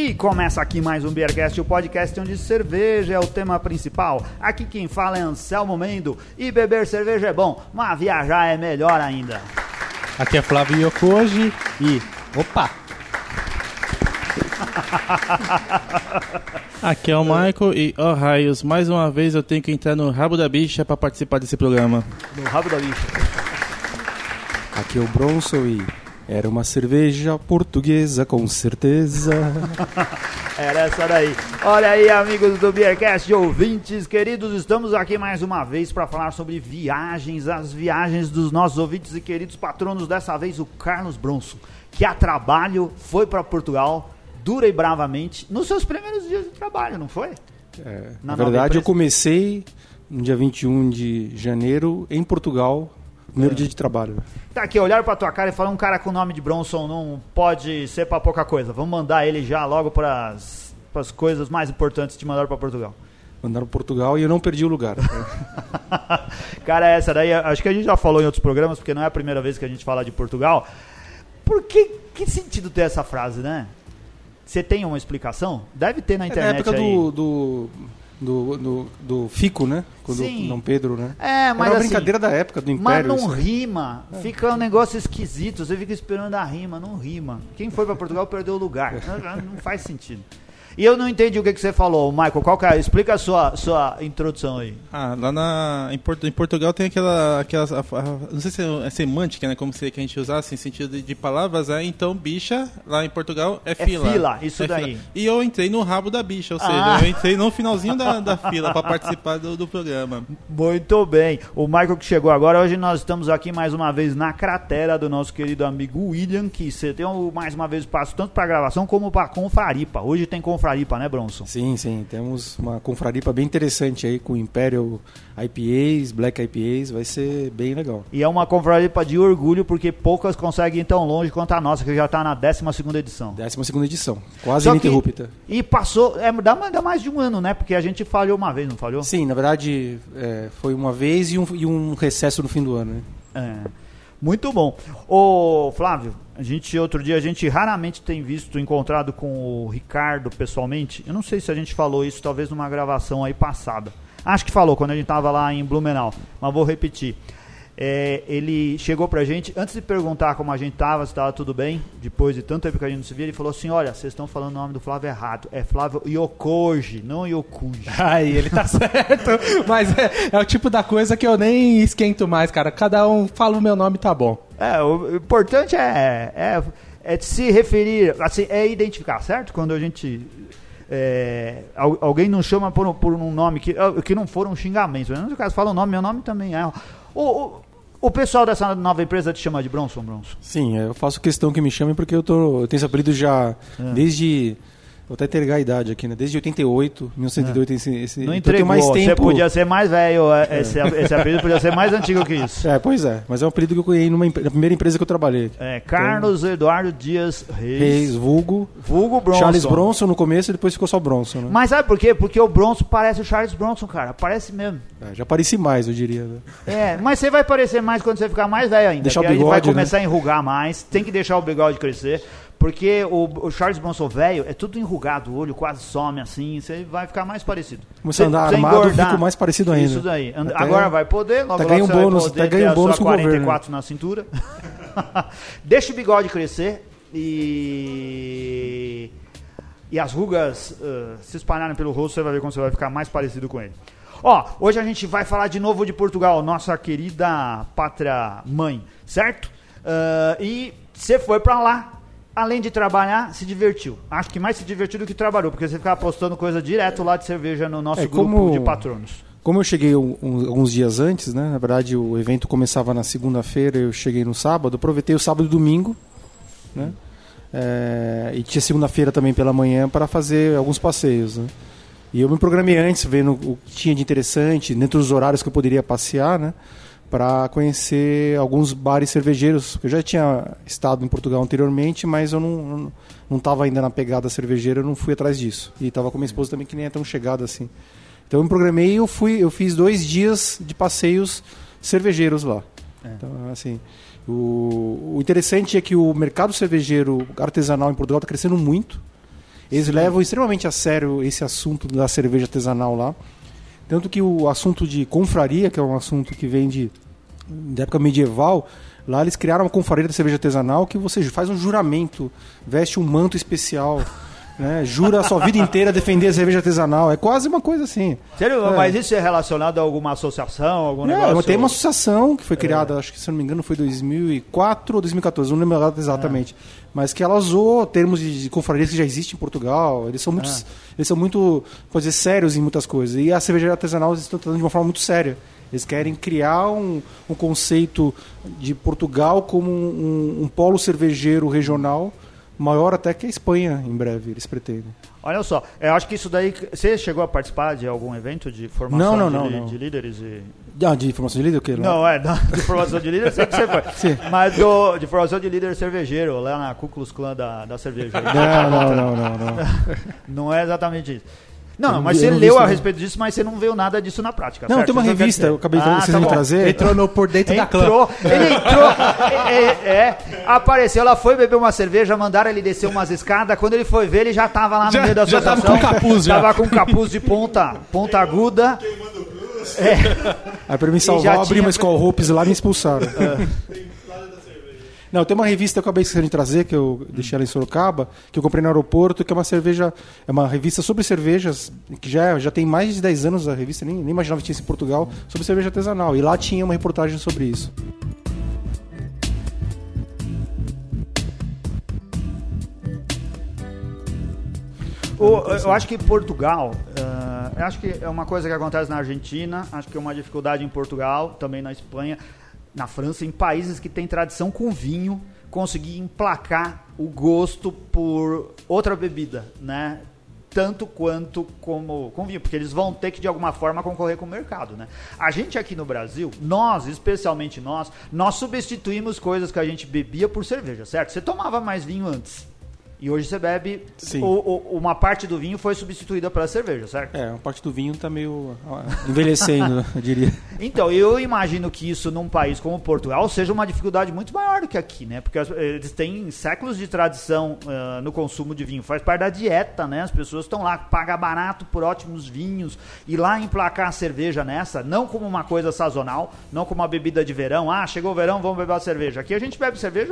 E começa aqui mais um Beercast, o podcast onde cerveja é o tema principal. Aqui quem fala é Anselmo Mendo e beber cerveja é bom, mas viajar é melhor ainda. Aqui é Flávio Yokoji e... Opa! Aqui é o Michael e, oh raios, mais uma vez eu tenho que entrar no rabo da bicha para participar desse programa. No rabo da bicha. Aqui é o Bronson e... Era uma cerveja portuguesa, com certeza. Era essa daí. Olha aí, amigos do Beercast, ouvintes queridos, estamos aqui mais uma vez para falar sobre viagens, as viagens dos nossos ouvintes e queridos patronos. Dessa vez o Carlos Bronson, que a trabalho foi para Portugal, dura e bravamente, nos seus primeiros dias de trabalho, não foi? Na verdade, eu comecei no dia 21 de janeiro em Portugal. Primeiro dia de trabalho. Tá aqui, olharam pra tua cara e falaram, um cara com o nome de Bronson não pode ser pra pouca coisa. Vamos mandar ele já logo pras coisas mais importantes, te mandaram pra Portugal. Mandaram pra Portugal e eu não perdi o lugar. Cara, essa daí, acho que a gente já falou em outros programas, porque não é a primeira vez que a gente fala de Portugal. Por que sentido tem essa frase, né? Você tem uma explicação? Deve ter na internet. É na época aí. do Fico, né? Quando Sim. Dom Pedro, né? É, mas era uma assim, brincadeira da época do Império. Mas não rima. Fica um negócio esquisito. Você fica esperando a rima, não rima. Quem foi pra Portugal perdeu o lugar. Não faz sentido. E eu não entendi o que você falou, Michael. Qual que é? Explica a sua introdução aí. Lá em Portugal tem aquelas não sei se é semântica, né? Como se que a gente usasse em sentido de palavras, então bicha lá em Portugal é fila. É fila, isso daí. Fila. E eu entrei no rabo da bicha, ou seja, eu entrei no finalzinho da fila para participar do programa. Muito bem. O Michael que chegou agora, hoje nós estamos aqui mais uma vez na cratera do nosso querido amigo William, que você tem mais uma vez espaço tanto para gravação como para confraripa. Hoje tem confraripa, né, Bronson? Sim, temos uma confraripa bem interessante aí com Imperial IPAs, Black IPAs, vai ser bem legal. E é uma confraripa de orgulho, porque poucas conseguem ir tão longe quanto a nossa, que já está na 12ª edição. 12ª edição, quase ininterrupta. E passou, dá mais de um ano, né? Porque a gente falhou uma vez, não falhou? Sim, na verdade foi uma vez e um recesso no fim do ano, né? Muito bom. Ô Flávio, outro dia a gente raramente tem encontrado com o Ricardo pessoalmente. Eu não sei se a gente falou isso talvez numa gravação aí passada. Acho que falou quando a gente estava lá em Blumenau, mas vou repetir. Ele chegou pra gente, antes de perguntar como a gente estava, se estava tudo bem, depois de tanto tempo que a gente não se via, ele falou assim, olha, vocês estão falando o nome do Flávio errado, é Flávio Yokoji, não Yokuji. Aí, ele tá certo, mas é o tipo da coisa que eu nem esquento mais, cara, cada um fala o meu nome, tá bom. O importante é se referir, assim, é identificar, certo? Quando a gente... alguém não chama por um nome que não for um xingamento, no caso fala o nome, meu nome também é. O pessoal dessa nova empresa te chama de Bronson? Sim, eu faço questão que me chamem porque eu tenho esse apelido já desde... Vou até entregar a idade aqui, né? Desde 1988. Não entregou, mais tempo... Você podia ser mais velho, esse apelido podia ser mais antigo que isso. Pois é, mas é um apelido que eu ganhei na primeira empresa que eu trabalhei. Carlos Eduardo Dias Reis, vulgo Bronson. Charles Bronson no começo e depois ficou só Bronson, né? Mas sabe por quê? Porque o Bronson parece o Charles Bronson, cara, parece mesmo. Já pareci mais, eu diria, né? Mas você vai parecer mais quando você ficar mais velho ainda. Deixar o bigode, aí vai começar, né? A enrugar mais, tem que deixar o bigode crescer. Porque o Charles Bronson velho é tudo enrugado, o olho quase some assim, você vai ficar mais parecido. Começar a andar armado, eu fico mais parecido ainda. Isso daí. Agora vai poder, logo ganha um bônus, você vai poder ter a bônus sua 44 na cintura. Deixa o bigode crescer e as rugas se espalharem pelo rosto, você vai ver como você vai ficar mais parecido com ele. Hoje a gente vai falar de novo de Portugal, nossa querida pátria mãe, certo? E você foi pra lá. Além de trabalhar, se divertiu. Acho que mais se divertiu do que trabalhou, porque você ficava postando coisa direto lá de cerveja no nosso grupo de patronos. Como eu cheguei alguns dias antes, né? Na verdade, o evento começava na segunda-feira, eu cheguei no sábado, aproveitei o sábado e domingo, né? E tinha segunda-feira também pela manhã para fazer alguns passeios, né? E eu me programei antes, vendo o que tinha de interessante, dentro dos horários que eu poderia passear, né? Para conhecer alguns bares cervejeiros. Eu já tinha estado em Portugal anteriormente, mas eu não estava ainda na pegada cervejeira, eu não fui atrás disso. E estava com minha esposa também, que nem é tão chegada assim. Então eu me programei e eu fiz 2 dias de passeios cervejeiros lá. Então, assim, o interessante é que o mercado cervejeiro artesanal em Portugal está crescendo muito. Eles levam extremamente a sério esse assunto da cerveja artesanal lá. Tanto que o assunto de confraria, que é um assunto que vem da época medieval, lá eles criaram uma confraria da cerveja artesanal que você faz um juramento, veste um manto especial, né? Jura a sua vida inteira defender a cerveja artesanal. É quase uma coisa assim. Sério? Mas isso é relacionado a alguma associação, algum negócio? Tem uma associação que foi criada, acho que se não me engano foi 2004 ou 2014, não lembro exatamente. Mas que ela usou termos de confrarias que já existem em Portugal. Eles são muito, pode dizer, sérios em muitas coisas. E a cerveja artesanal eles estão tratando de uma forma muito séria. Eles querem criar um conceito de Portugal como um polo cervejeiro regional, maior até que a Espanha, em breve, eles pretendem. Olha só, eu acho que isso daí... Você chegou a participar de algum evento de formação de líderes? De formação de líder o quê? De formação de líder, sei que você foi. Sim. Mas de formação de líder cervejeiro, lá na Ku Klux Klan da cerveja. Não. Não é exatamente isso. Não, mas você leu a respeito disso, mas você não viu nada disso na prática. Não, certo? tem uma revista, eu acabei de trazer. Entrou por dentro da clã. Ele entrou, apareceu, ela foi beber uma cerveja, mandaram ele descer umas escadas, quando ele foi ver, ele já tava lá no meio da associação. Já tava com capuz, já. Tava com capuz de ponta aguda. Aí pra me salvar, eu abri uma Skol Hopes lá e me expulsaram. Não, tem uma revista que eu acabei de trazer, que eu deixei ela em Sorocaba, que eu comprei no aeroporto, que é uma revista sobre cervejas, que já tem mais de 10 anos a revista, nem imaginava que tinha isso em Portugal, sobre cerveja artesanal. E lá tinha uma reportagem sobre isso. Eu acho que Portugal, eu acho que é uma coisa que acontece na Argentina, acho que é uma dificuldade em Portugal, também na Espanha, na França, em países que têm tradição com vinho, conseguir emplacar o gosto por outra bebida, né? Tanto quanto como com vinho, porque eles vão ter que de alguma forma concorrer com o mercado, né? A gente aqui no Brasil, especialmente nós substituímos coisas que a gente bebia por cerveja, certo? Você tomava mais vinho antes. E hoje você bebe, uma parte do vinho foi substituída pela cerveja, certo? Uma parte do vinho está meio envelhecendo, eu diria. Então, eu imagino que isso num país como Portugal seja uma dificuldade muito maior do que aqui, né? Porque eles têm séculos de tradição no consumo de vinho, faz parte da dieta, né? As pessoas estão lá, pagam barato por ótimos vinhos, e lá emplacar a cerveja nessa, não como uma coisa sazonal, não como uma bebida de verão, chegou o verão, vamos beber uma cerveja. Aqui a gente bebe cerveja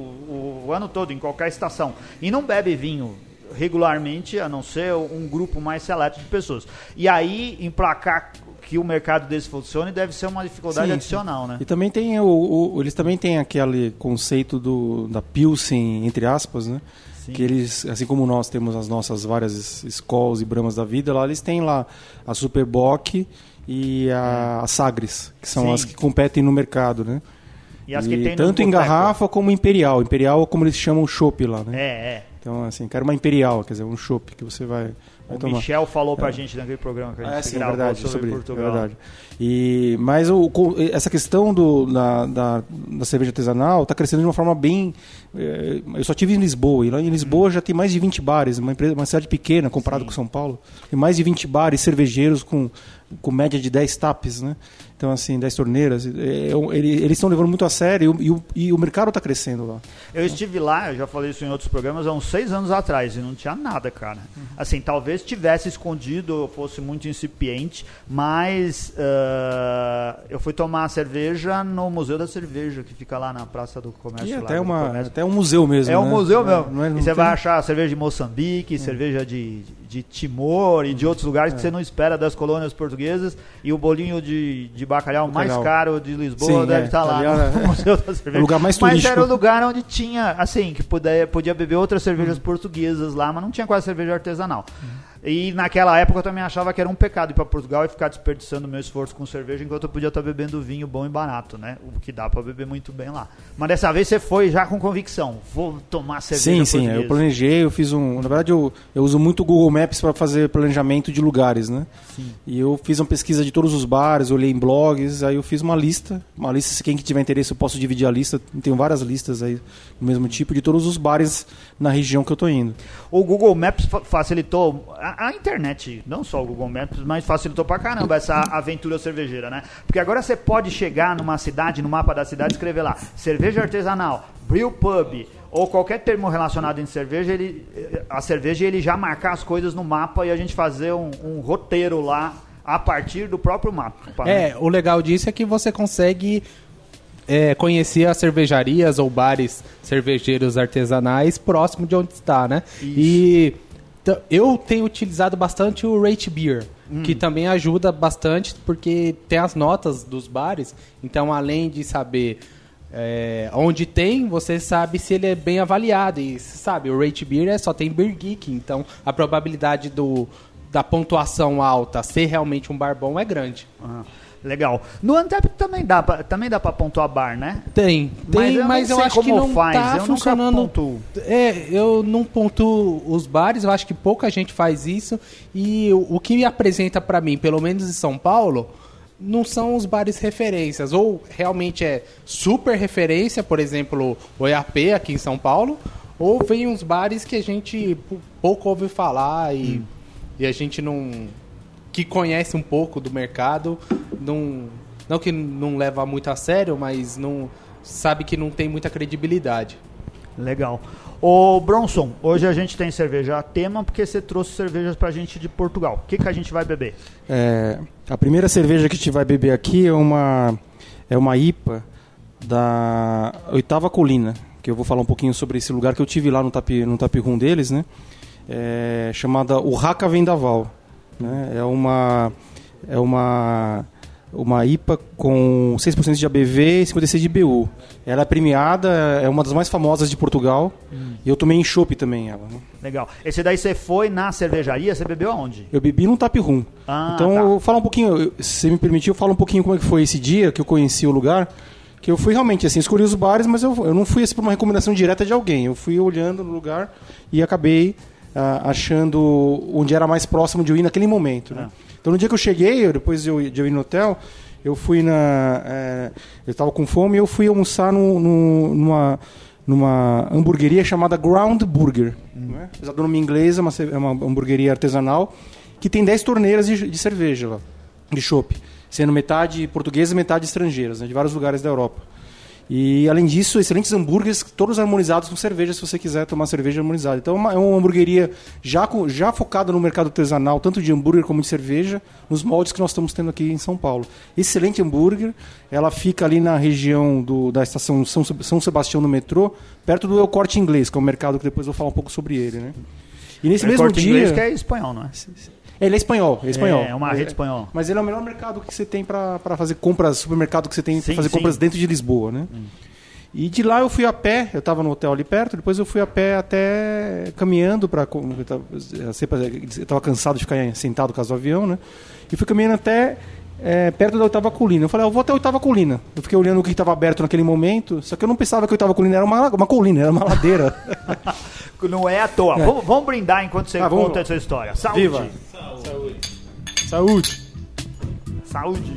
o ano todo, em qualquer estação. E não bebe vinho regularmente, a não ser um grupo mais seleto de pessoas. E aí, emplacar que o mercado desse funcione deve ser uma dificuldade adicional, né? E também tem eles também têm aquele conceito da Pilsen, entre aspas, né? Sim. Que eles, assim como nós temos as nossas várias Skols e Brahmas da vida, lá eles têm lá a Superbock e a Sagres, que são as que competem no mercado, né? E as que tem tanto em garrafa como Imperial. Imperial é como eles chamam o chopp lá, né? Então, assim, quero uma Imperial, quer dizer, um chopp que você vai tomar. Michel falou pra gente naquele programa que a gente gravou sobre Portugal. É verdade. Mas essa questão da cerveja artesanal está crescendo de uma forma bem... Eu só estive em Lisboa, e lá em Lisboa já tem mais de 20 bares, uma cidade pequena comparado com São Paulo. Tem mais de 20 bares cervejeiros com média de 10 tapes, né? Então, assim, 10 torneiras. Eles estão levando muito a sério e o mercado está crescendo lá. Eu estive lá, eu já falei isso em outros programas, há uns 6 anos atrás, e não tinha nada, cara. Assim, talvez tivesse escondido, fosse muito incipiente, mas eu fui tomar cerveja no Museu da Cerveja, que fica lá na Praça do Comércio. E até um museu mesmo, um museu mesmo. E você vai achar cerveja de Moçambique, cerveja de Timor e de outros lugares que você não espera das colônias portuguesas, e o bolinho de bacalhau mais caro de Lisboa deve estar lá no Museu da Cerveja. O lugar mais turístico. Mas era o lugar onde tinha, assim, que podia beber outras cervejas portuguesas lá, mas não tinha quase cerveja artesanal. E naquela época eu também achava que era um pecado ir para Portugal e ficar desperdiçando meu esforço com cerveja enquanto eu podia estar bebendo vinho bom e barato, né? O que dá para beber muito bem lá. Mas dessa vez você foi já com convicção, vou tomar cerveja portuguesa. Sim, eu planejei, eu fiz na verdade eu uso muito o Google Maps para fazer planejamento de lugares, né? Sim. E eu fiz uma pesquisa de todos os bares, olhei em blogs, aí eu fiz uma lista, se quem tiver interesse eu posso dividir a lista, tenho várias listas aí do mesmo tipo, de todos os bares na região que eu tô indo. O Google Maps facilitou, A internet, não só o Google Maps, mas facilitou pra caramba essa aventura cervejeira, né? Porque agora você pode chegar numa cidade, no mapa da cidade, escrever lá, cerveja artesanal, brew pub, ou qualquer termo relacionado em cerveja, a cerveja, ele já marcar as coisas no mapa e a gente fazer um roteiro lá a partir do próprio mapa. Né? O legal disso é que você consegue conhecer as cervejarias ou bares cervejeiros artesanais próximo de onde está, né? Isso. E eu tenho utilizado bastante o Rate Beer, que também ajuda bastante, porque tem as notas dos bares, então além de saber onde tem, você sabe se ele é bem avaliado, e sabe, o Rate Beer só tem Beer Geek, então a probabilidade da pontuação alta ser realmente um bar bom é grande. Legal. No Untappd também dá pra pontuar bar, né? Tem, mas eu acho que não tá funcionando. Eu não pontuo os bares, eu acho que pouca gente faz isso. E o que me apresenta pra mim, pelo menos em São Paulo, não são os bares referências. Ou realmente é super referência, por exemplo, o EAP aqui em São Paulo, ou vem uns bares que a gente pouco ouve falar e a gente não... que conhece um pouco do mercado, não que não leva muito a sério, mas não sabe que não tem muita credibilidade. Legal. Ô Bronson, hoje a gente tem cerveja a tema porque você trouxe cervejas pra gente de Portugal. O que a gente vai beber? A primeira cerveja que a gente vai beber aqui é uma IPA da Oitava Colina, que eu vou falar um pouquinho sobre esse lugar que eu tive lá no tap room deles, né? Chamada Urraca Vendaval. Né? É uma IPA com 6% de ABV e 56% de IBU. Ela é premiada, é uma das mais famosas de Portugal. E eu tomei em chopp também ela. Né? Legal. Esse daí você foi na cervejaria, você bebeu aonde? Eu bebi no tap room. Então eu vou falar um pouquinho, se você me permitir, eu falo um pouquinho como é que foi esse dia que eu conheci o lugar. Que eu fui realmente assim, escolhi os bares, mas eu não fui assim, por uma recomendação direta de alguém. Eu fui olhando no lugar e acabei achando onde era mais próximo de eu ir naquele momento. Né? Então no dia que eu cheguei, depois de eu ir no hotel, eu fui eu estava com fome e eu fui almoçar numa hamburgueria chamada Ground Burger. Né? Apesar do nome em inglês, é uma hamburgueria artesanal que tem 10 torneiras de cerveja lá, de chopp, sendo metade portuguesas e metade estrangeiras, né, de vários lugares da Europa. E, além disso, excelentes hambúrgueres, todos harmonizados com cerveja, se você quiser tomar cerveja harmonizada. Então, é uma hamburgueria já focada no mercado artesanal, tanto de hambúrguer como de cerveja, nos moldes que nós estamos tendo aqui em São Paulo. Excelente hambúrguer. Ela fica ali na região da estação São Sebastião, no metrô, perto do El Corte Inglês, que é um mercado que depois eu vou falar um pouco sobre ele. Né? E nesse mesmo Corte dia... Inglês que é espanhol, não é? Ele é espanhol. É uma rede espanhola. Mas ele é o melhor mercado que você tem para fazer compras, supermercado que você tem para fazer compras dentro de Lisboa, né? E de lá eu fui a pé, eu estava no hotel ali perto, depois eu fui a pé até caminhando eu estava cansado de ficar sentado por causa do avião, né? E fui caminhando até perto da Oitava Colina. Eu falei, eu vou até a Oitava Colina. Eu fiquei olhando o que estava aberto naquele momento, só que eu não pensava que a Oitava Colina era uma colina, era uma ladeira. Não é à toa. Vamos brindar enquanto você conta essa história. Saúde! Viva! Saúde! Saúde!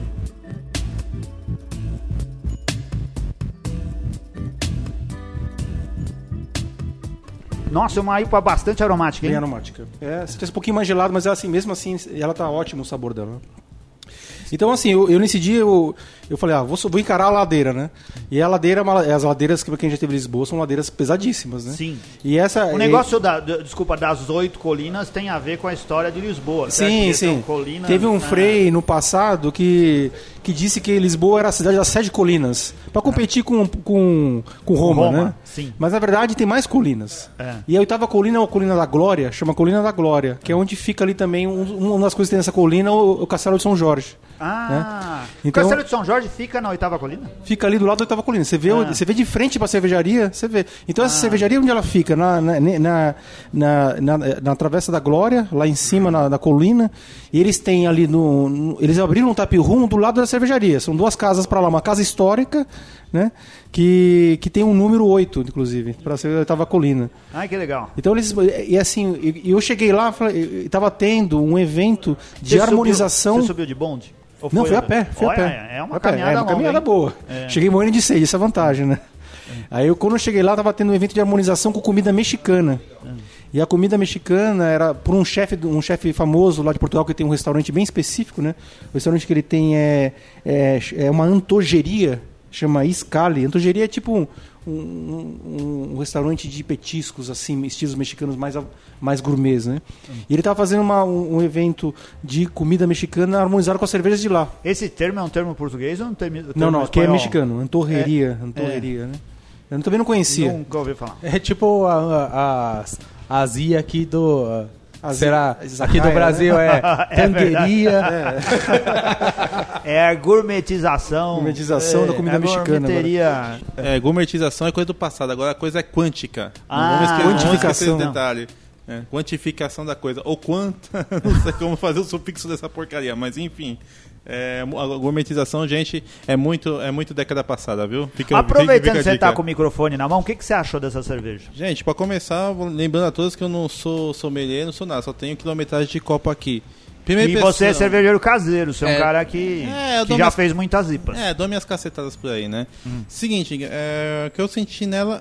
Nossa, é uma IPA bastante aromática, hein? Bem aromática. Se tivesse um pouquinho mais gelado, mas mesmo assim, ela tá ótimo o sabor dela. Então, assim, eu nesse dia eu falei, vou encarar a ladeira, né? E a ladeira, as ladeiras que quem já teve em Lisboa são ladeiras pesadíssimas, né? Sim. E o negócio das 8 colinas tem a ver com a história de Lisboa. Sim. Teve um frei no passado que disse que Lisboa era a cidade das 7 colinas, para competir com Roma, né? Sim. Mas na verdade tem mais colinas. E a Oitava Colina é a Colina da Glória, chama Colina da Glória, que é onde fica ali também uma das coisas que tem nessa colina, o Castelo de São Jorge. Né? Então, o Castelo de São Jorge fica na Oitava Colina? Fica ali do lado da Oitava Colina. Você vê de frente para a cervejaria, você vê. Então essa cervejaria, onde ela fica? Na Travessa da Glória, lá em cima na colina. E eles têm ali eles abriram um tap room do lado da cervejaria. São 2 casas para lá, uma casa histórica, né? Que tem um número 8, inclusive, para ser a Oitava Colina. Ai, que legal. Então eu cheguei lá, estava tendo um evento de harmonização. Você subiu de bonde? Não, fui a pé. É uma caminhada longa. Caminhada boa. Cheguei morrendo de sede, essa é a vantagem, né? Aí quando eu cheguei lá, estava tendo um evento de harmonização com comida mexicana. E a comida mexicana era por um chefe famoso lá de Portugal, que tem um restaurante bem específico, né? O restaurante que ele tem é uma antojeria, chama Iscali. Antojeria é tipo um restaurante de petiscos, assim, estilos mexicanos mais gourmets, né? E ele estava fazendo um evento de comida mexicana harmonizado com as cervejas de lá. Esse termo é um termo português ou um termo Não, aqui é mexicano, antorreria, né? Eu também não conhecia. Nunca ouvi falar. É tipo a Azia aqui do... Será? Aqui do Brasil é tangueria. É a gourmetização. Gourmetização da comida mexicana. Gourmetização é coisa do passado, agora a coisa é quântica. Quantificação. Detalhe. Quantificação da coisa. Ou quanto, não sei como fazer o sufixo dessa porcaria, mas enfim. A gourmetização, gente, é muito década passada, viu? Aproveitando que você tá com o microfone na mão, o que você achou dessa cerveja? Gente, para começar, lembrando a todos que eu não sou sommelier, não sou nada, só tenho quilometragem de copo aqui. Você é cervejeiro caseiro, você é um cara que já fez muitas IPAs. Dou minhas cacetadas por aí, né? Seguinte, o que eu senti nela,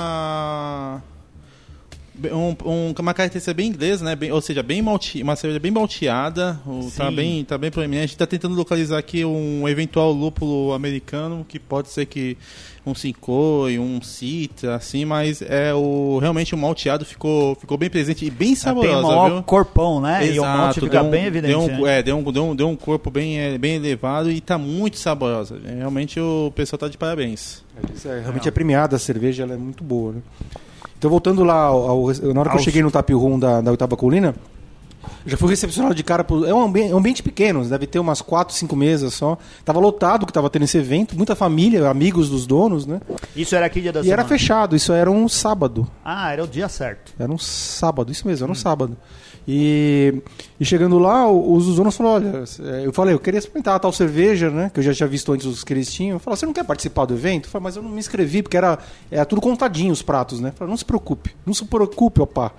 uma característica bem inglesa, né? Ou seja, uma cerveja bem malteada, tá bem proeminente. A gente está tentando localizar aqui um eventual lúpulo americano, que pode ser que um Simcoe, um Citra, assim, mas realmente o malteado ficou bem presente e bem saborosa, tem um maior corpão, né? Exato, e o malte fica bem evidente. Deu um corpo bem elevado e está muito saborosa. Realmente o pessoal está de parabéns. Realmente é premiada a cerveja, ela é muito boa, né? Então, voltando lá, na hora que eu cheguei no Tap Room da Oitava Colina, já fui recepcionado de cara é um ambiente pequeno, deve ter umas 4, 5 mesas só. Tava lotado que tava tendo esse evento, muita família, amigos dos donos, né? Isso era que dia da semana? E era fechado, isso era um sábado. Era o dia certo. Era um sábado, isso mesmo, era um sábado. E chegando lá, os donos falaram, olha, eu falei, eu queria experimentar a tal cerveja, né? Que eu já tinha visto antes os que eles tinham. Eu falei, você não quer participar do evento? Eu falei, mas eu não me inscrevi, porque era tudo contadinho os pratos, né? Eu falei, não se preocupe, opá.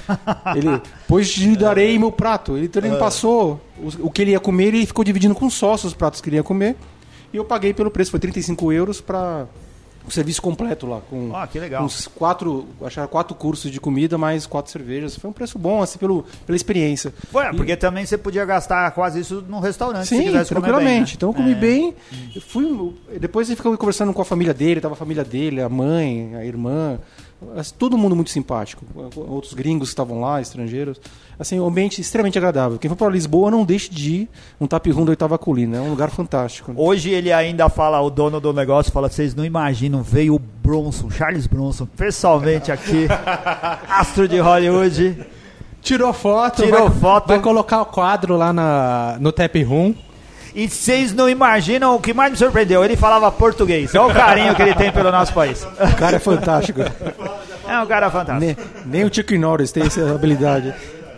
Pois te darei meu prato. Então ele passou o que ele ia comer e ficou dividindo com sócios os pratos que ele ia comer. E eu paguei pelo preço, foi 35 euros para o serviço completo lá. Que legal. Uns 4 cursos de comida, mais 4 cervejas. Foi um preço bom, assim, pela experiência. Porque também você podia gastar quase isso num restaurante, sim, se quisesse comer tranquilamente. Bem, né? Então eu comi bem. Depois ele ficou conversando com a família dele, tava a família dele, a mãe, a irmã. Todo mundo muito simpático. Outros gringos que estavam lá, estrangeiros. Assim, um ambiente extremamente agradável. Quem for para Lisboa, não deixe de ir um Tap Room da Oitava Colina. É um lugar fantástico. Hoje ele ainda fala, o dono do negócio fala, vocês não imaginam, veio o Charles Bronson, pessoalmente aqui, astro de Hollywood. Tirou foto. Vai colocar o quadro lá no Tap Room. E vocês não imaginam, o que mais me surpreendeu, ele falava português. Olha o carinho que ele tem pelo nosso país. O cara é fantástico. É um cara fantástico. Nem o Chuck Norris tem essa habilidade.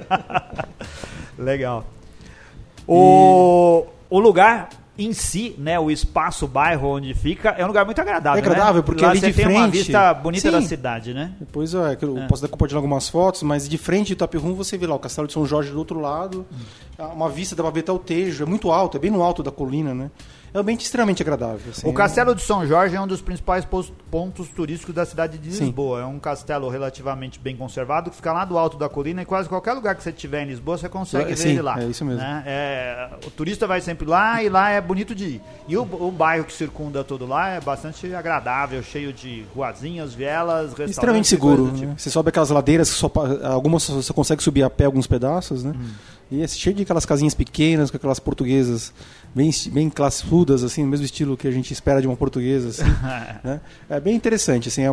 Legal. O lugar em si, né, o espaço, o bairro onde fica, é um lugar muito agradável. É agradável, né? porque lá ali você de tem frente... uma vista bonita da Sim. cidade, né? Depois eu posso compartilhar algumas fotos, mas de frente do Tap Room você vê lá o Castelo de São Jorge do outro lado, uma vista, dá pra ver até o Tejo, é muito alto, é bem no alto da colina, né? É um ambiente extremamente agradável. Assim, o Castelo de São Jorge é um dos principais pontos turísticos da cidade de Lisboa. Sim. É um castelo relativamente bem conservado, que fica lá do alto da colina, e quase qualquer lugar que você tiver em Lisboa, você consegue ver ele lá. É isso mesmo. Né? O turista vai sempre lá, e lá é bonito de ir. E o bairro que circunda todo lá é bastante agradável, cheio de ruazinhas, vielas, restaurantes. Extremamente seguro. Tipo. Né? Você sobe aquelas ladeiras, algumas você consegue subir a pé alguns pedaços, né? E é cheio de aquelas casinhas pequenas, com aquelas portuguesas bem classudas, assim, no mesmo estilo que a gente espera de uma portuguesa, assim, né? É bem interessante, assim, é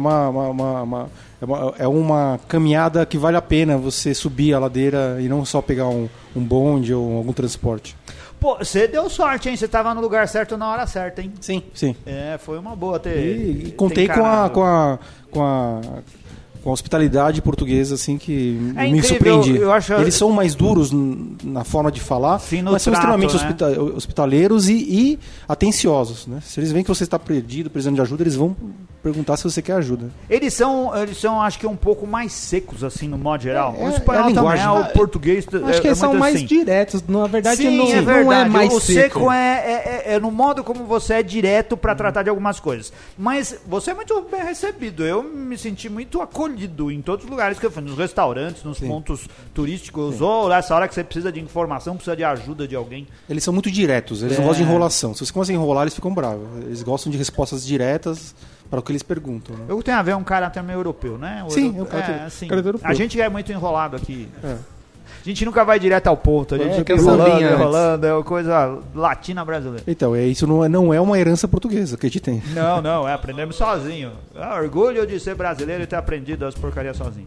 uma caminhada que vale a pena você subir a ladeira e não só pegar um bonde ou algum transporte. Pô, você deu sorte, hein? Você estava no lugar certo na hora certa, hein? Sim. Foi uma boa ter... E contei com a hospitalidade portuguesa, assim, que me surpreendi. Eles são mais duros na forma de falar, mas são extremamente hospitaleiros e atenciosos, né? Se eles veem que você está perdido, precisando de ajuda, eles vão perguntar se você quer ajuda. Eles são, acho que um pouco mais secos, assim, no modo geral. O espanhol também, o português acho que eles são mais diretos. Na verdade, sim, não é mais seco. O seco é no modo como você é direto para tratar de algumas coisas. Mas você é muito bem recebido. Eu me senti muito acolhido em todos os lugares que eu fui. Nos restaurantes, nos pontos turísticos. Ou nessa hora que você precisa de informação, precisa de ajuda de alguém. Eles são muito diretos. Eles não gostam de enrolação. Se você começa a enrolar, eles ficam bravos. Eles gostam de respostas diretas para o que eles perguntam. Né? Eu tenho a ver um caráter meio europeu, né? Sim, é um caráter europeu. A gente é muito enrolado aqui. A gente nunca vai direto ao ponto. A gente fica enrolando. É uma coisa latina brasileira. Então, isso não é uma herança portuguesa que a gente tem. Não. Aprendemos sozinho. Orgulho de ser brasileiro e ter aprendido as porcarias sozinho.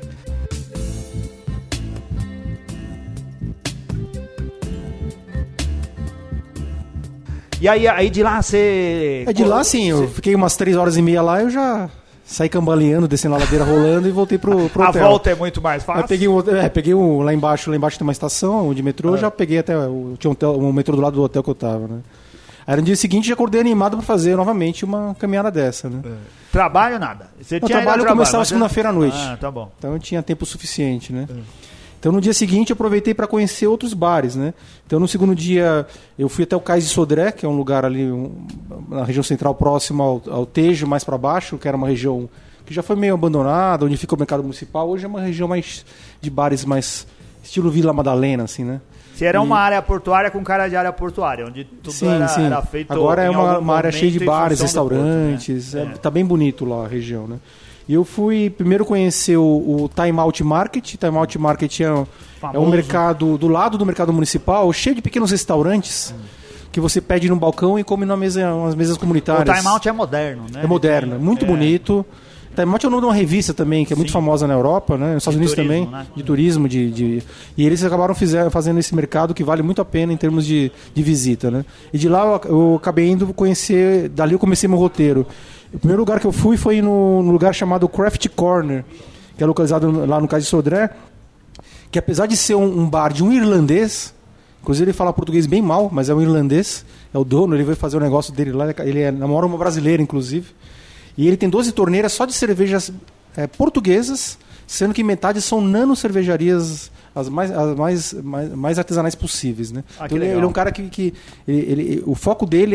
E aí de lá você... De lá, sim. Eu fiquei umas 3h30 lá, eu já saí cambaleando, descendo a ladeira rolando e voltei pro hotel. A volta é muito mais fácil? Eu peguei lá embaixo tem uma estação de metrô, já peguei até... Tinha um metrô do lado do hotel que eu tava, né? Aí no dia seguinte já acordei animado para fazer novamente uma caminhada dessa, né? Trabalho nada? O trabalho começava segunda-feira à noite. Tá bom. Então eu tinha tempo suficiente, né? Então no dia seguinte eu aproveitei para conhecer outros bares, né? Então no segundo dia eu fui até o Cais de Sodré, que é um lugar ali na região central próximo ao Tejo, mais para baixo, que era uma região que já foi meio abandonada, onde fica o mercado municipal. Hoje é uma região mais de bares mais estilo Vila Madalena, assim, né? Se era uma área portuária com cara de área portuária, onde tudo era feito... Agora é uma área cheia de bares, restaurantes, Porto, né? Tá bem bonito lá a região, né? E eu fui primeiro conhecer o Time Out Market. Time Out Market é um mercado do lado do mercado municipal, cheio de pequenos restaurantes que você pede no balcão e come nas mesas comunitárias. O Time Out é moderno, né? É moderno, muito bonito. Time Out é o nome de uma revista também, que é muito famosa na Europa, né? Nos Estados Unidos turismo, também, né? De turismo. E eles acabaram fazendo esse mercado que vale muito a pena em termos de visita, né? E de lá eu acabei indo conhecer, dali eu comecei meu roteiro. O primeiro lugar que eu fui foi no lugar chamado Craft Corner, que é localizado lá no Cais de Sodré, que apesar de ser um bar de um irlandês, inclusive ele fala português bem mal, mas é um irlandês, é o dono, ele vai fazer o negócio dele lá, ele namora uma brasileira, inclusive, e ele tem 12 torneiras só de cervejas portuguesas, sendo que metade são nano-cervejarias as mais artesanais possíveis, né? Então ele é um cara que o foco dele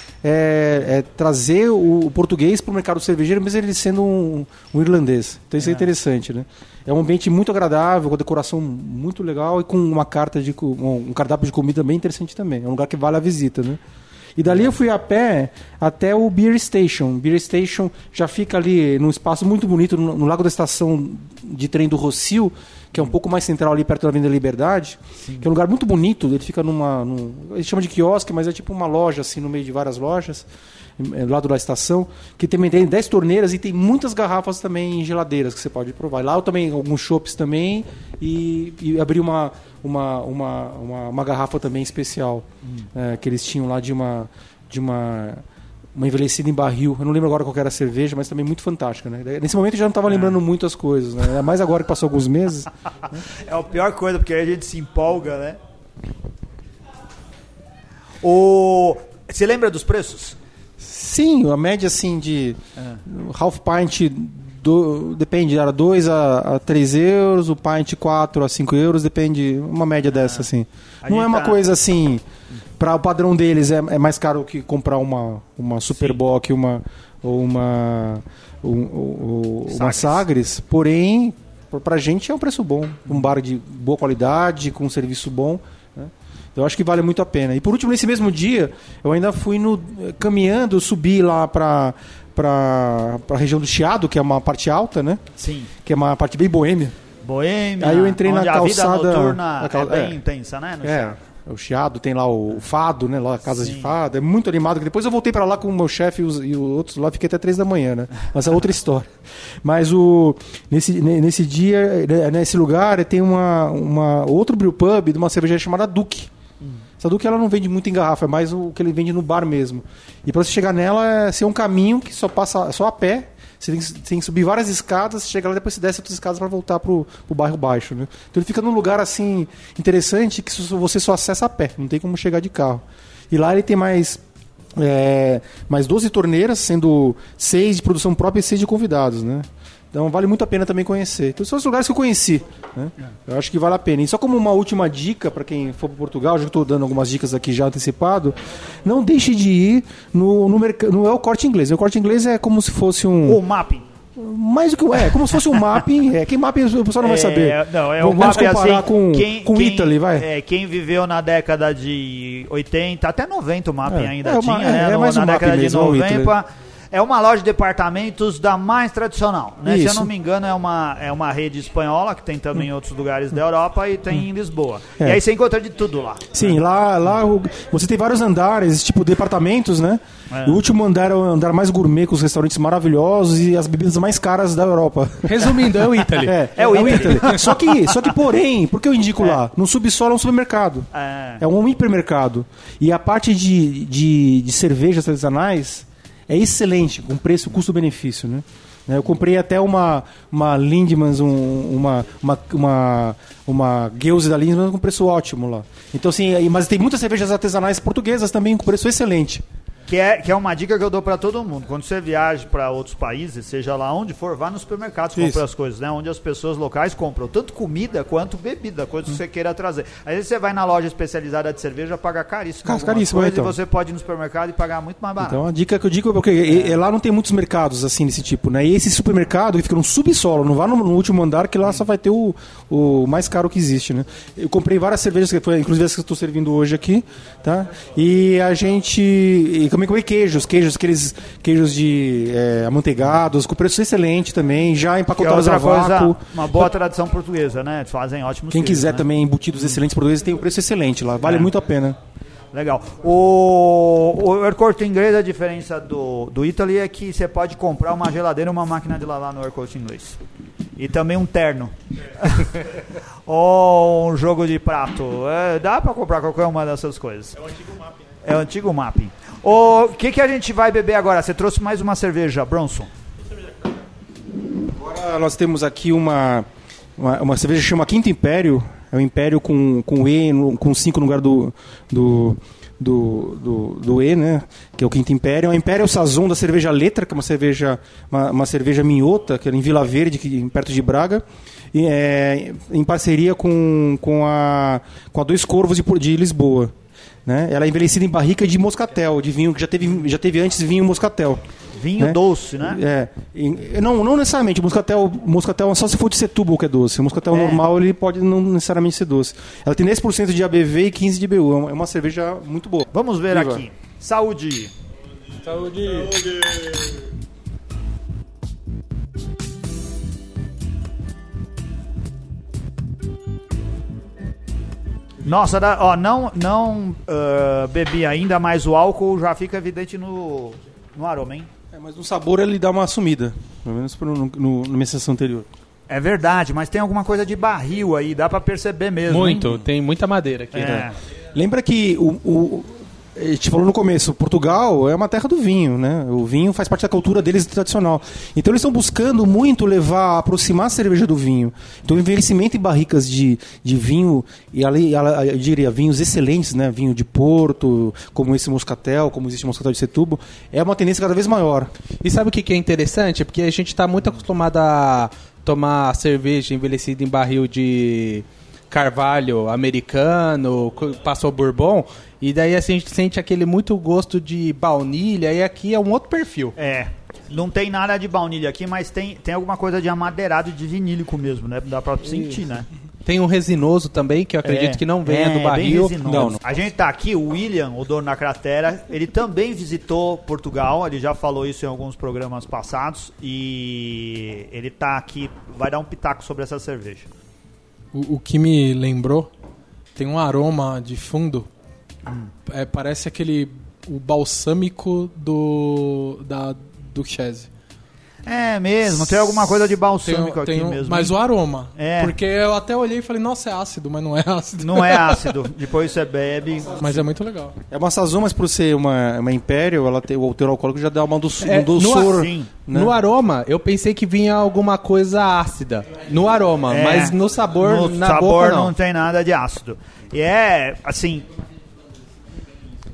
é trazer o português para o mercado cervejeiro, mesmo ele sendo um irlandês. Então isso é interessante, né? É um ambiente muito agradável, com a decoração muito legal e com uma um cardápio de comida bem interessante também. É um lugar que vale a visita, né? E dali eu fui a pé até o Beer Station. O Beer Station já fica ali num espaço muito bonito, no Lago da Estação de Trem do Rossio, que é um pouco mais central ali perto da Avenida Liberdade, que é um lugar muito bonito. Ele fica ele chama de quiosque, mas é tipo uma loja assim, no meio de várias lojas, do lado da estação, que também tem 10 torneiras e tem muitas garrafas também em geladeiras que você pode provar. Lá eu também, alguns chopps também, e abri uma garrafa também especial, que eles tinham lá de uma envelhecida em barril. Eu não lembro agora qual era a cerveja, mas também muito fantástica, né? Nesse momento eu já não estava lembrando muito as coisas, né? Mais agora que passou alguns meses. Né? É a pior coisa, porque aí a gente se empolga, né? Você lembra dos preços? Sim, a média assim de half pint depende, era 2 a 3 euros, o pint 4 a 5 euros, depende, uma média dessa assim. Não é uma coisa assim, para o padrão deles é mais caro que comprar uma Superbock, uma Sagres, porém pra gente é um preço bom, um bar de boa qualidade, com um serviço bom, né? Eu acho que vale muito a pena. E por último, nesse mesmo dia, eu ainda fui caminhando, subi lá para a região do Chiado, que é uma parte alta, né? Sim. Que é uma parte bem boêmia. Aí eu entrei na calçada. A vida noturna é bem intensa, né? No Chiado. O Chiado tem lá o fado, né? Lá, casas de fado. É muito animado. Depois eu voltei para lá com o meu chefe e os outros lá. Fiquei até 3 da manhã, né? Mas é outra história. Mas nesse dia, nesse lugar, tem outro brewpub de uma cervejaria chamada Duque. Essa Duque ela não vende muito em garrafa, é mais o que ele vende no bar mesmo. E para você chegar nela, é um caminho que só passa só a pé. Você tem que subir várias escadas, chega lá, depois você desce outras escadas para voltar pro bairro baixo, né? Então ele fica num lugar assim interessante que você só acessa a pé, não tem como chegar de carro. E lá ele tem mais mais 12 torneiras, sendo 6 de produção própria e 6 de convidados, né? Então vale muito a pena também conhecer. Então são os lugares que eu conheci, né? Eu acho que vale a pena. E só como uma última dica para quem for para Portugal, já que estou dando algumas dicas aqui já antecipado, não deixe de ir no mercado. Não é o Corte Inglês. O Corte Inglês é como se fosse o mapping. Mais do que como se fosse um mapping. Quem mapping o pessoal não vai saber. Vamos comparar assim, com Italy, vai. Quem viveu na década de 80, até 90 o mapping ainda tinha, né? Mais na década de 90. É uma loja de departamentos da mais tradicional, né? Se eu não me engano, é uma rede espanhola, que tem também em outros lugares da Europa e tem em Lisboa. E aí você encontra de tudo lá. Sim, lá você tem vários andares, tipo departamentos, né? O último andar é o andar mais gourmet, com os restaurantes maravilhosos e as bebidas mais caras da Europa. Resumindo, é o Italy. É o Italy. Só que, porém, por que eu indico lá? No subsolo é um supermercado. É um hipermercado. E a parte de cervejas artesanais é excelente, com preço, custo-benefício, né? Eu comprei até uma Lindemans, uma Gueuze da Lindemans com preço ótimo lá. Então, assim, mas tem muitas cervejas artesanais portuguesas também com preço excelente. Que é uma dica que eu dou para todo mundo. Quando você viaja para outros países, seja lá onde for, vá no supermercado comprar as coisas, né? Onde as pessoas locais compram tanto comida quanto bebida, coisa que você queira trazer. Às vezes você vai na loja especializada de cerveja, paga caríssimo. Caríssimo, então. E você pode ir no supermercado e pagar muito mais barato. Então a dica que eu digo é porque lá não tem muitos mercados assim desse tipo, né? E esse supermercado que fica no subsolo, não vá no último andar, que lá só vai ter o mais caro que existe, né? Eu comprei várias cervejas, que foi inclusive essa que eu estou servindo hoje aqui, tá? E a gente também comprei queijos, aqueles queijos de amanteigados, com preço excelente também, já empacotados a vácuo. Uma boa tradição portuguesa, né? Fazem ótimos Quem queijos, quiser né? também embutidos excelentes portugueses, tem um preço excelente lá, vale muito a pena. Legal. O Corte Inglês, a diferença do Italy é que você pode comprar uma geladeira e uma máquina de lavar no Corte Inglês. E também um terno. Ou um jogo de prato. Dá pra comprar qualquer uma dessas coisas. É o antigo mapping. O que a gente vai beber agora? Você trouxe mais uma cerveja, Bronson? Agora nós temos aqui uma cerveja que chama Quinto Império. É um Império com E, com 5 no lugar do E, né? Que é o Quinto Império. O Império é o Sazon da cerveja Letra, que é uma cerveja minhota, que é em Vila Verde, perto de Braga. E, em parceria com a Dois Corvos de Lisboa. Né? Ela é envelhecida em barrica de moscatel, de vinho que já teve antes vinho moscatel. Vinho, né? Doce, né? Não necessariamente. Moscatel só se for de Setúbal que é doce. O moscatel normal ele pode não necessariamente ser doce. Ela tem 10% de ABV e 15% de BU. É uma cerveja muito boa. Vamos ver aqui. Saúde! Saúde! Nossa, não bebi ainda, mas o álcool já fica evidente no aroma, hein? Mas no sabor ele dá uma sumida, pelo menos na minha sessão anterior. É verdade, mas tem alguma coisa de barril aí, dá pra perceber mesmo. Muito, hein? Tem muita madeira aqui. Né? Lembra que a gente falou no começo, Portugal é uma terra do vinho, né? O vinho faz parte da cultura deles tradicional. Então eles estão buscando muito aproximar a cerveja do vinho. Então o envelhecimento em barricas de vinho, e ali eu diria vinhos excelentes, né? Vinho de Porto, como esse moscatel, como existe o moscatel de Setúbal, é uma tendência cada vez maior. E sabe o que é interessante? Porque a gente está muito acostumado a tomar cerveja envelhecida em barril de carvalho americano, passou bourbon, e daí assim, a gente sente aquele muito gosto de baunilha, e aqui é um outro perfil. Não tem nada de baunilha aqui, mas tem alguma coisa de amadeirado de vinílico mesmo, né? Dá pra sentir, né? Tem um resinoso também, que eu acredito que não venha do barril. Não. A gente tá aqui, o William, o dono da Cratera, ele também visitou Portugal, ele já falou isso em alguns programas passados, e ele tá aqui, vai dar um pitaco sobre essa cerveja. O que me lembrou, tem um aroma de fundo, parece o balsâmico do Chese. É mesmo, tem alguma coisa de balsâmico aqui mesmo. Mas o aroma. Porque eu até olhei e falei, nossa, é ácido, mas não é ácido. Não é ácido, depois você bebe. Mas é muito legal. É uma sazon, mas por ser uma Império, o teor alcoólico já dá um doçor. Né? No aroma, eu pensei que vinha alguma coisa ácida. No aroma, mas no sabor, não tem nada de ácido. E assim...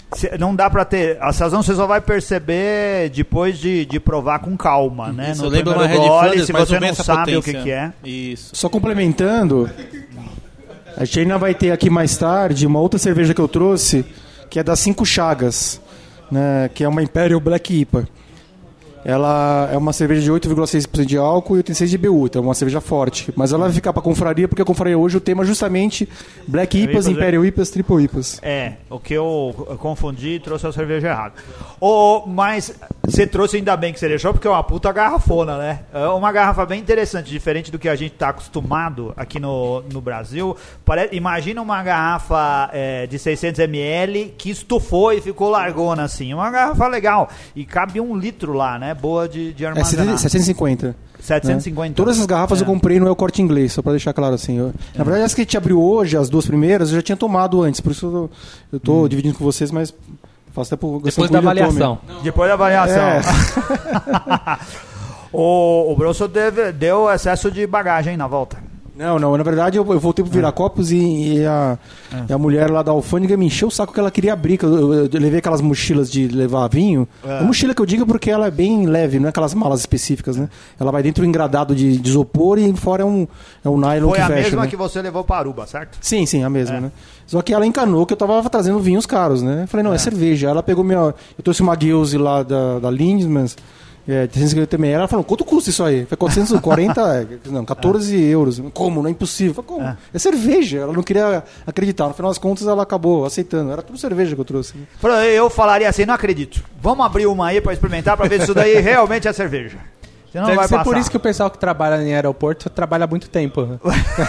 Não dá pra ter. A sazão você só vai perceber depois de provar com calma, né? Isso, lembra uma Red Flanders, se você não sabe o que é. Isso. Só complementando, a gente ainda vai ter aqui mais tarde uma outra cerveja que eu trouxe, que é das 5 Chagas, né? Que é uma Imperial Black IPA. Ela é uma cerveja de 8,6% de álcool e 86 de BU, então é uma cerveja forte. Mas ela vai ficar para a confraria, porque a confraria hoje o tema é justamente Black IPAs, Imperial IPAs, Triple IPAs. O que eu confundi e trouxe a cerveja errada. Mas você trouxe, ainda bem que você deixou, porque é uma puta garrafona, né? É uma garrafa bem interessante, diferente do que a gente está acostumado aqui no Brasil. Imagina uma garrafa de 600 ml que estufou e ficou largona assim. Uma garrafa legal. E cabe 1 litro lá, né? Boa de armazenar. 750. 750. Né? Todas essas garrafas eu comprei no El Corte Inglês, só pra deixar claro assim. Na verdade, as que a gente abriu hoje, as 2 primeiras, eu já tinha tomado antes, por isso eu tô dividindo com vocês, mas faço até por depois da avaliação. Depois da avaliação. O Bronson deu excesso de bagagem na volta. Não, na verdade eu voltei pro Viracopos e a mulher lá da alfândega me encheu o saco que ela queria abrir, que eu levei aquelas mochilas de levar vinho. A mochila que eu digo porque ela é bem leve, não é aquelas malas específicas, né? Ela vai dentro engradado de isopor e fora é um nylon que fecha. Foi a mesma né? que você levou para Aruba, certo? Sim, a mesma, né? Só que ela encanou que eu tava trazendo vinhos caros, né? Eu falei, não, é cerveja. Ela pegou eu trouxe uma Guilze lá da Lindemans, 350 ml. Ela falou, quanto custa isso aí? Foi 440, não, 14 euros. Como? Não é impossível. Falei, como? É cerveja. Ela não queria acreditar. No final das contas, ela acabou aceitando. Era tudo cerveja que eu trouxe. Eu falaria assim, não acredito. Vamos abrir uma aí para experimentar, para ver se isso daí realmente é cerveja. Senão Deve vai ser passar. por isso que o pessoal que trabalha em aeroporto trabalha há muito tempo.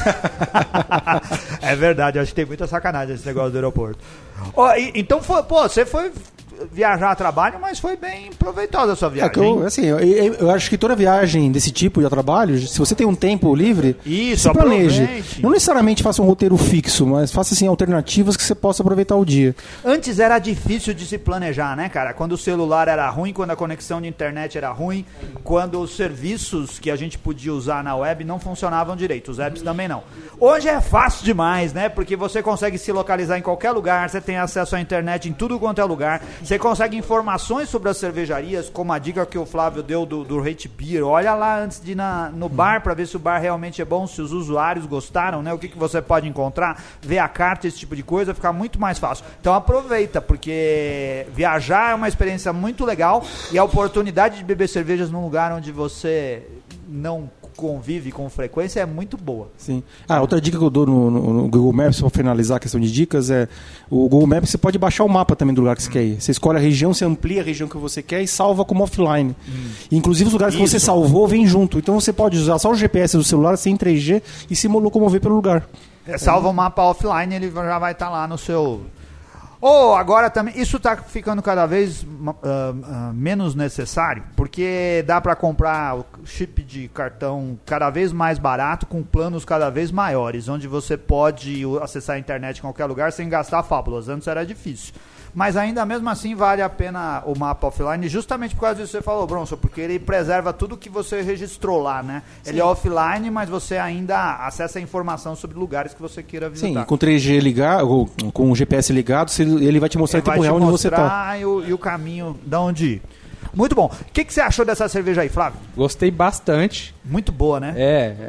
É verdade, acho que tem muita sacanagem esse negócio do aeroporto. Então, você foi viajar a trabalho, mas foi bem proveitosa a sua viagem. Eu acho que toda viagem desse tipo de trabalho, se você tem um tempo livre, se planeje. Aproveite. Não necessariamente faça um roteiro fixo, mas faça assim, alternativas que você possa aproveitar o dia. Antes era difícil de se planejar, né, cara? Quando o celular era ruim, quando a conexão de internet era ruim, quando os serviços que a gente podia usar na web não funcionavam direito, os apps também não. Hoje é fácil demais, né? Porque você consegue se localizar em qualquer lugar, você tem acesso à internet em tudo quanto é lugar. Você consegue informações sobre as cervejarias, como a dica que o Flávio deu do Hate Beer. Olha lá antes de ir no bar para ver se o bar realmente é bom, se os usuários gostaram, né? O que você pode encontrar, ver a carta, esse tipo de coisa, fica muito mais fácil. Então aproveita, porque viajar é uma experiência muito legal e a oportunidade de beber cervejas num lugar onde você não convive com frequência é muito boa. Sim. Outra dica que eu dou no Google Maps, para finalizar a questão de dicas, o Google Maps você pode baixar o mapa também do lugar que você quer ir. Você escolhe a região, você amplia a região que você quer e salva como offline. Inclusive os lugares que você salvou vêm junto. Então você pode usar só o GPS do celular sem 3G e se locomover pelo lugar. Salva o mapa offline, ele já vai estar lá no seu... agora também, isso está ficando cada vez menos necessário, porque dá para comprar o chip de cartão cada vez mais barato, com planos cada vez maiores, onde você pode acessar a internet em qualquer lugar sem gastar fábulas. Antes era difícil. Mas ainda mesmo assim vale a pena o mapa offline, justamente por causa disso que você falou, Bronson, porque ele preserva tudo que você registrou lá, né? Sim. Ele é offline, mas você ainda acessa a informação sobre lugares que você queira visitar. Sim, com 3G ligado, ou com o GPS ligado, ele vai te mostrar em tempo real onde você está. E o caminho de onde ir. Muito bom. O que você achou dessa cerveja aí, Flávio? Gostei bastante. Muito boa, né?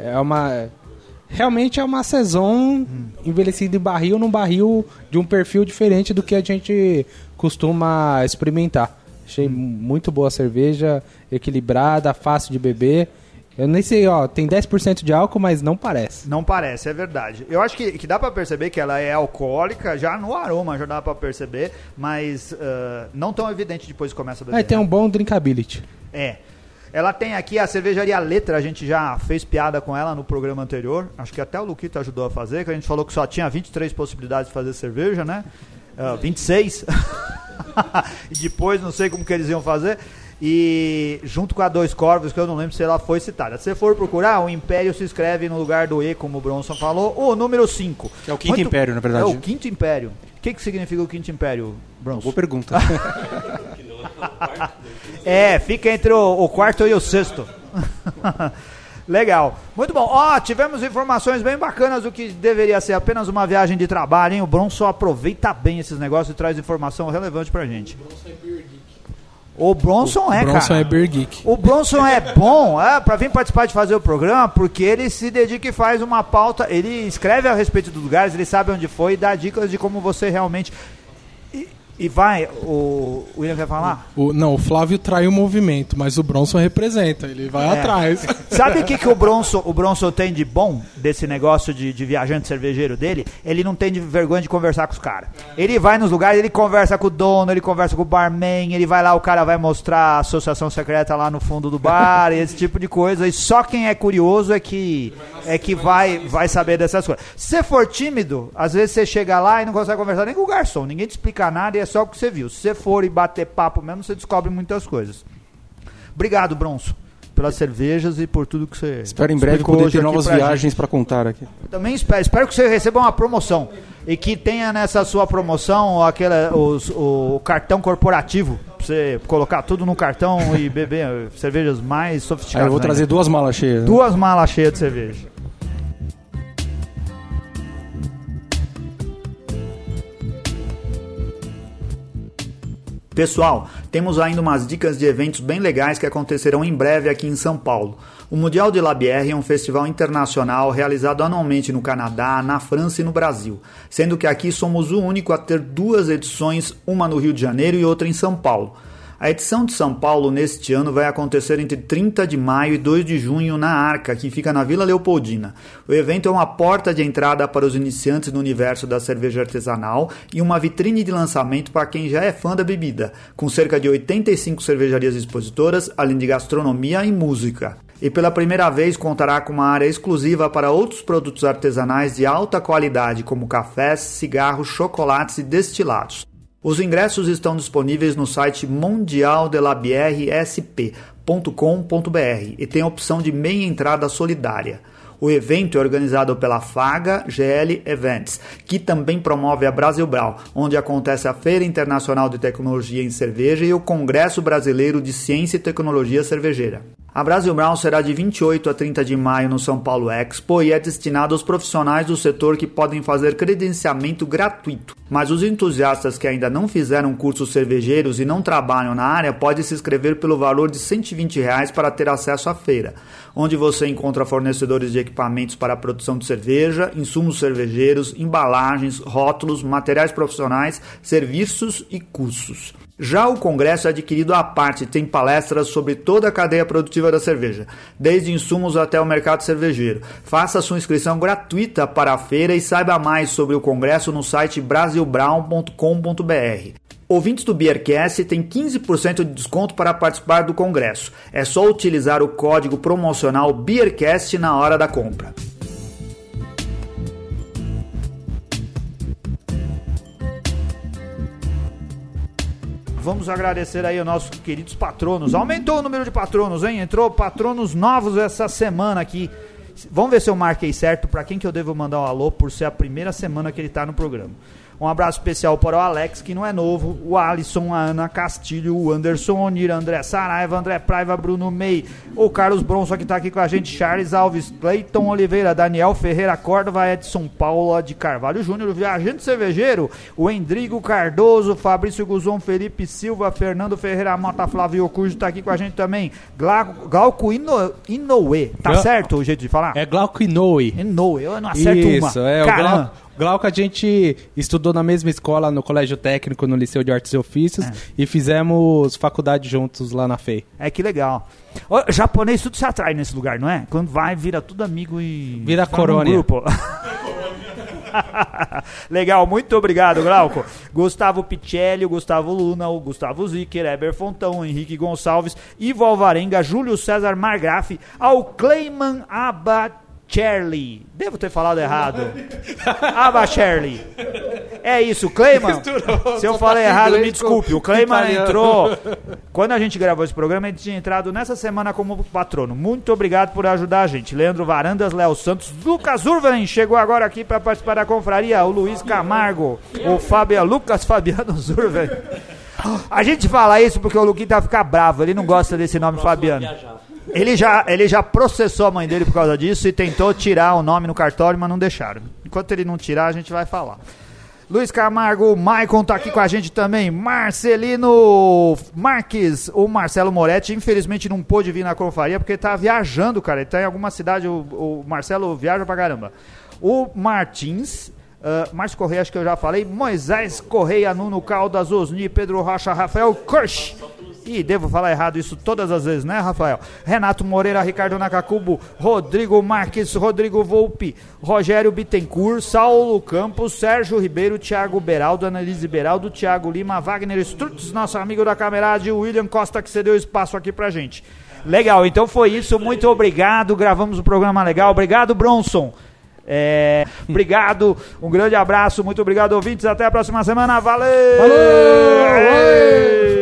Realmente é uma saison envelhecida em barril, num barril de um perfil diferente do que a gente costuma experimentar. Achei muito boa a cerveja, equilibrada, fácil de beber. Eu nem sei, tem 10% de álcool, mas não parece. Não parece, é verdade. Eu acho que dá pra perceber que ela é alcoólica, já no aroma já dá pra perceber, mas não tão evidente depois que começa a beber. Tem um bom drinkability. Ela tem aqui a cervejaria Letra, a gente já fez piada com ela no programa anterior, acho que até o Luquito ajudou a fazer, que a gente falou que só tinha 23 possibilidades de fazer cerveja, né? 26. E depois não sei como que eles iam fazer. E junto com a Dois Corvos, que eu não lembro se ela foi citada. Se você for procurar, o Império se escreve no lugar do E, como o Bronson falou, o número 5. É o Quinto Império, na verdade. É o Quinto Império. O que significa o Quinto Império, Bronson? Boa pergunta. Fica entre o quarto e o sexto. Legal. Muito bom. Tivemos informações bem bacanas do que deveria ser apenas uma viagem de trabalho, hein? O Bronson aproveita bem esses negócios e traz informação relevante pra gente. O Bronson é, cara. O Bronson é Beer Geek. O Bronson é bom pra vir participar de fazer o programa, porque ele se dedica e faz uma pauta, ele escreve a respeito dos lugares, ele sabe onde foi e dá dicas de como você realmente... E vai, o William quer falar? Não, o Flávio trai o movimento, mas o Bronson representa, ele vai atrás. Sabe o que o Bronson tem de bom desse negócio de viajante cervejeiro dele? Ele não tem vergonha de conversar com os caras. Ele vai nos lugares, ele conversa com o dono, ele conversa com o barman, ele vai lá, o cara vai mostrar a associação secreta lá no fundo do bar, esse tipo de coisa. E só quem é curioso é que vai saber dessas coisas. Se você for tímido, às vezes você chega lá e não consegue conversar nem com o garçom, ninguém te explica nada e é só o que você viu. Se você for e bater papo mesmo, você descobre muitas coisas. Obrigado, Bronson, pelas cervejas e por tudo que você... Espero em breve poder ter novas viagens para contar aqui. Também espero que você receba uma promoção e que tenha nessa sua promoção o cartão corporativo, pra você colocar tudo no cartão e beber cervejas mais sofisticadas. Eu vou trazer 2 malas cheias. 2 malas cheias de cerveja. Pessoal, temos ainda umas dicas de eventos bem legais que acontecerão em breve aqui em São Paulo. O Mundial de La Bière é um festival internacional realizado anualmente no Canadá, na França e no Brasil, sendo que aqui somos o único a ter 2 edições, uma no Rio de Janeiro e outra em São Paulo. A edição de São Paulo neste ano vai acontecer entre 30 de maio e 2 de junho na Arca, que fica na Vila Leopoldina. O evento é uma porta de entrada para os iniciantes no universo da cerveja artesanal e uma vitrine de lançamento para quem já é fã da bebida, com cerca de 85 cervejarias expositoras, além de gastronomia e música. E pela primeira vez contará com uma área exclusiva para outros produtos artesanais de alta qualidade, como cafés, cigarros, chocolates e destilados. Os ingressos estão disponíveis no site mondialdelabiersp.com.br e tem a opção de meia entrada solidária. O evento é organizado pela Faga GL Events, que também promove a Brasil Brau, onde acontece a Feira Internacional de Tecnologia em Cerveja e o Congresso Brasileiro de Ciência e Tecnologia Cervejeira. A Brasil Brau será de 28 a 30 de maio no São Paulo Expo e é destinado aos profissionais do setor que podem fazer credenciamento gratuito. Mas os entusiastas que ainda não fizeram cursos cervejeiros e não trabalham na área podem se inscrever pelo valor de R$ 120 para ter acesso à feira, onde você encontra fornecedores de equipamentos para a produção de cerveja, insumos cervejeiros, embalagens, rótulos, materiais profissionais, serviços e cursos. Já o congresso é adquirido à parte, tem palestras sobre toda a cadeia produtiva da cerveja, desde insumos até o mercado cervejeiro. Faça sua inscrição gratuita para a feira e saiba mais sobre o congresso no site brasilbrown.com.br. Ouvintes do Beercast têm 15% de desconto para participar do congresso. É só utilizar o código promocional Beercast na hora da compra. Vamos agradecer aí aos nossos queridos patronos. Aumentou o número de patronos, hein? Entrou patronos novos essa semana aqui. Vamos ver se eu marquei certo para quem que eu devo mandar um alô por ser a primeira semana que ele está no programa. Um abraço especial para o Alex, que não é novo, o Alisson, a Ana Castilho, o Anderson Onir, André Saraiva, André Praiva, Bruno Mei, o Carlos Bronson, que está aqui com a gente, Charles Alves, Cleiton Oliveira, Daniel Ferreira Córdova, Edson Paula de Carvalho Júnior, o Viajante Cervejeiro, o Endrigo Cardoso, Fabrício Guzon, Felipe Silva, Fernando Ferreira Mota, Flávio Ocurso está aqui com a gente também, Glauco Inoue, tá certo o jeito de falar? É Glauco Inoue. Inoue, eu não acerto uma. Isso, é Caramba. o Glauco, a gente estudou na mesma escola, no Colégio Técnico, no Liceu de Artes e Ofícios, e fizemos faculdade juntos lá na FEI. É, que legal. O japonês tudo se atrai nesse lugar, não é? Quando vai, vira tudo amigo e... Vira corônia. Grupo. Legal, muito obrigado, Glauco. Gustavo Picelli, o Gustavo Luna, o Gustavo Zicker, Eber Fontão, o Henrique Gonçalves, Ivo Alvarenga, Júlio César Margraf, ao Cleiman Abacherli. Devo ter falado errado. Abacherli. É isso, Cleiman. Se eu falei errado, me desculpe. O Cleiman entrou. Quando a gente gravou esse programa, ele tinha entrado nessa semana como patrono. Muito obrigado por ajudar a gente. Leandro Varandas, Léo Santos, Lucas Urvelen chegou agora aqui para participar da confraria. O Luiz Camargo, o Fábio Lucas Fabiano Urvelen. A gente fala isso porque o Luquinho vai ficar bravo. Ele não gosta desse nome, Fabiano. Ele já processou a mãe dele por causa disso e tentou tirar o nome no cartório, mas não deixaram. Enquanto ele não tirar, a gente vai falar. Luiz Camargo, o Maicon tá aqui com a gente também. Marcelino Marques, o Marcelo Moretti, infelizmente não pôde vir na Confraria porque tá viajando, cara. Ele tá em alguma cidade, o Marcelo viaja pra caramba. O Martins, Márcio Correia, acho que eu já falei. Moisés Correia, Nuno Caldas, Osni, Pedro Rocha, Rafael Kirsch. Ih, devo falar errado isso todas as vezes, né, Rafael? Renato Moreira, Ricardo Nakakubo, Rodrigo Marques, Rodrigo Volpe, Rogério Bittencourt, Saulo Campos, Sérgio Ribeiro, Thiago Beraldo, Annelise Beraldo, Thiago Lima, Wagner Strutz, nosso amigo da Camerade, o William Costa, que cedeu espaço aqui pra gente. Legal, então foi isso, muito obrigado, gravamos um programa legal, obrigado, Bronson. Obrigado, um grande abraço, muito obrigado, ouvintes, até a próxima semana, valeu!